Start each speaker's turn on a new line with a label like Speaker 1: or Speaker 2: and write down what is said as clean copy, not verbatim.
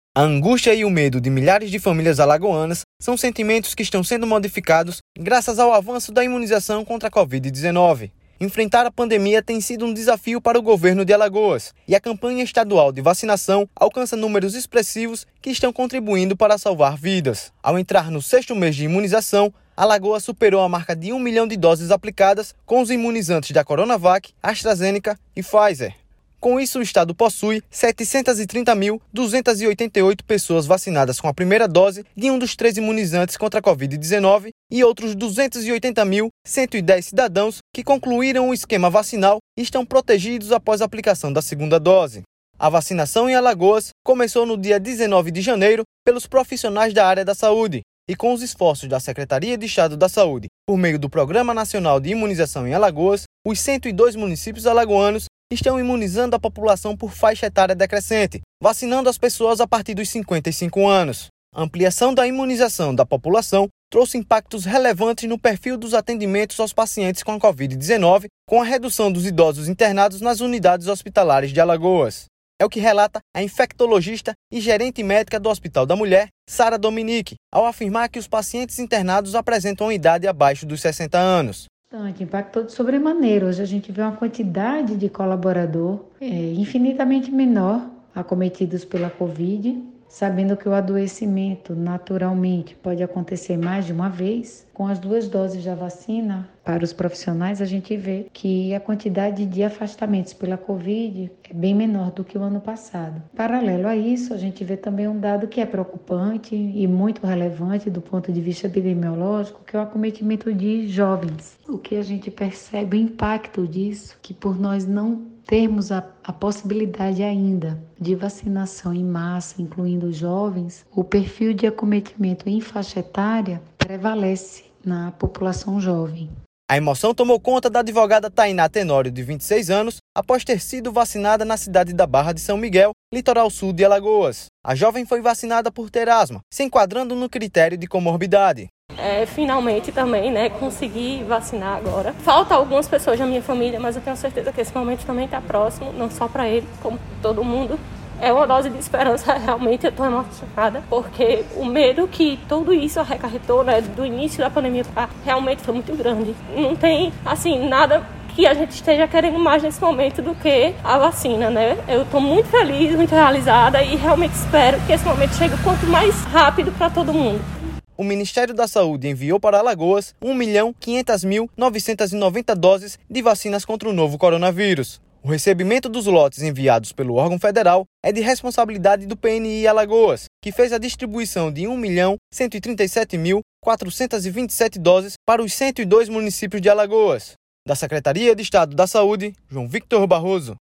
Speaker 1: A angústia e o medo de milhares de famílias alagoanas são sentimentos que estão sendo modificados graças ao avanço da imunização contra a Covid-19. Enfrentar a pandemia tem sido um desafio para o governo de Alagoas e a campanha estadual de vacinação alcança números expressivos que estão contribuindo para salvar vidas. Ao entrar no 6º mês de imunização, Alagoas superou a marca de 1 milhão de doses aplicadas com os imunizantes da Coronavac, AstraZeneca e Pfizer. Com isso, o estado possui 730.288 pessoas vacinadas com a primeira dose de um dos 3 imunizantes contra a Covid-19 e outros 280.110 cidadãos que concluíram o esquema vacinal e estão protegidos após a aplicação da segunda dose. A vacinação em Alagoas começou no dia 19 de janeiro pelos profissionais da área da saúde e com os esforços da Secretaria de Estado da Saúde, por meio do Programa Nacional de Imunização em Alagoas, os 102 municípios alagoanos estão imunizando a população por faixa etária decrescente, vacinando as pessoas a partir dos 55 anos. A ampliação da imunização da população trouxe impactos relevantes no perfil dos atendimentos aos pacientes com a Covid-19, com a redução dos idosos internados nas unidades hospitalares de Alagoas. É o que relata a infectologista e gerente médica do Hospital da Mulher, Sara Dominique, ao afirmar que os pacientes internados apresentam uma idade abaixo dos 60 anos.
Speaker 2: Impactou de sobremaneira. Hoje a gente vê uma quantidade de colaborador infinitamente menor acometidos pela Covid, sabendo que o adoecimento naturalmente pode acontecer mais de uma vez. Com as 2 doses da vacina, para os profissionais, a gente vê que a quantidade de afastamentos pela Covid é bem menor do que o ano passado. Paralelo a isso, a gente vê também um dado que é preocupante e muito relevante do ponto de vista epidemiológico, que é o acometimento de jovens. O que a gente percebe o impacto disso, que por nós não termos a possibilidade ainda de vacinação em massa, incluindo os jovens, o perfil de acometimento em faixa etária prevalece na população jovem.
Speaker 1: A emoção tomou conta da advogada Tainá Tenório, de 26 anos, após ter sido vacinada na cidade da Barra de São Miguel, litoral sul de Alagoas. A jovem foi vacinada por ter asma, se enquadrando no critério de comorbidade.
Speaker 3: Finalmente também, consegui vacinar agora. Falta algumas pessoas da minha família, mas eu tenho certeza que esse momento também está próximo, não só para ele, como todo mundo. É uma dose de esperança, realmente eu estou emocionada, porque o medo que tudo isso acarretou, do início da pandemia, realmente foi muito grande. Não tem, nada que a gente esteja querendo mais nesse momento do que a vacina, Eu estou muito feliz, muito realizada e realmente espero que esse momento chegue o quanto mais rápido para todo mundo.
Speaker 1: O Ministério da Saúde enviou para Alagoas 1.500.990 doses de vacinas contra o novo coronavírus. O recebimento dos lotes enviados pelo órgão federal é de responsabilidade do PNI Alagoas, que fez a distribuição de 1.137.427 doses para os 102 municípios de Alagoas. Da Secretaria de Estado da Saúde, João Victor Barroso.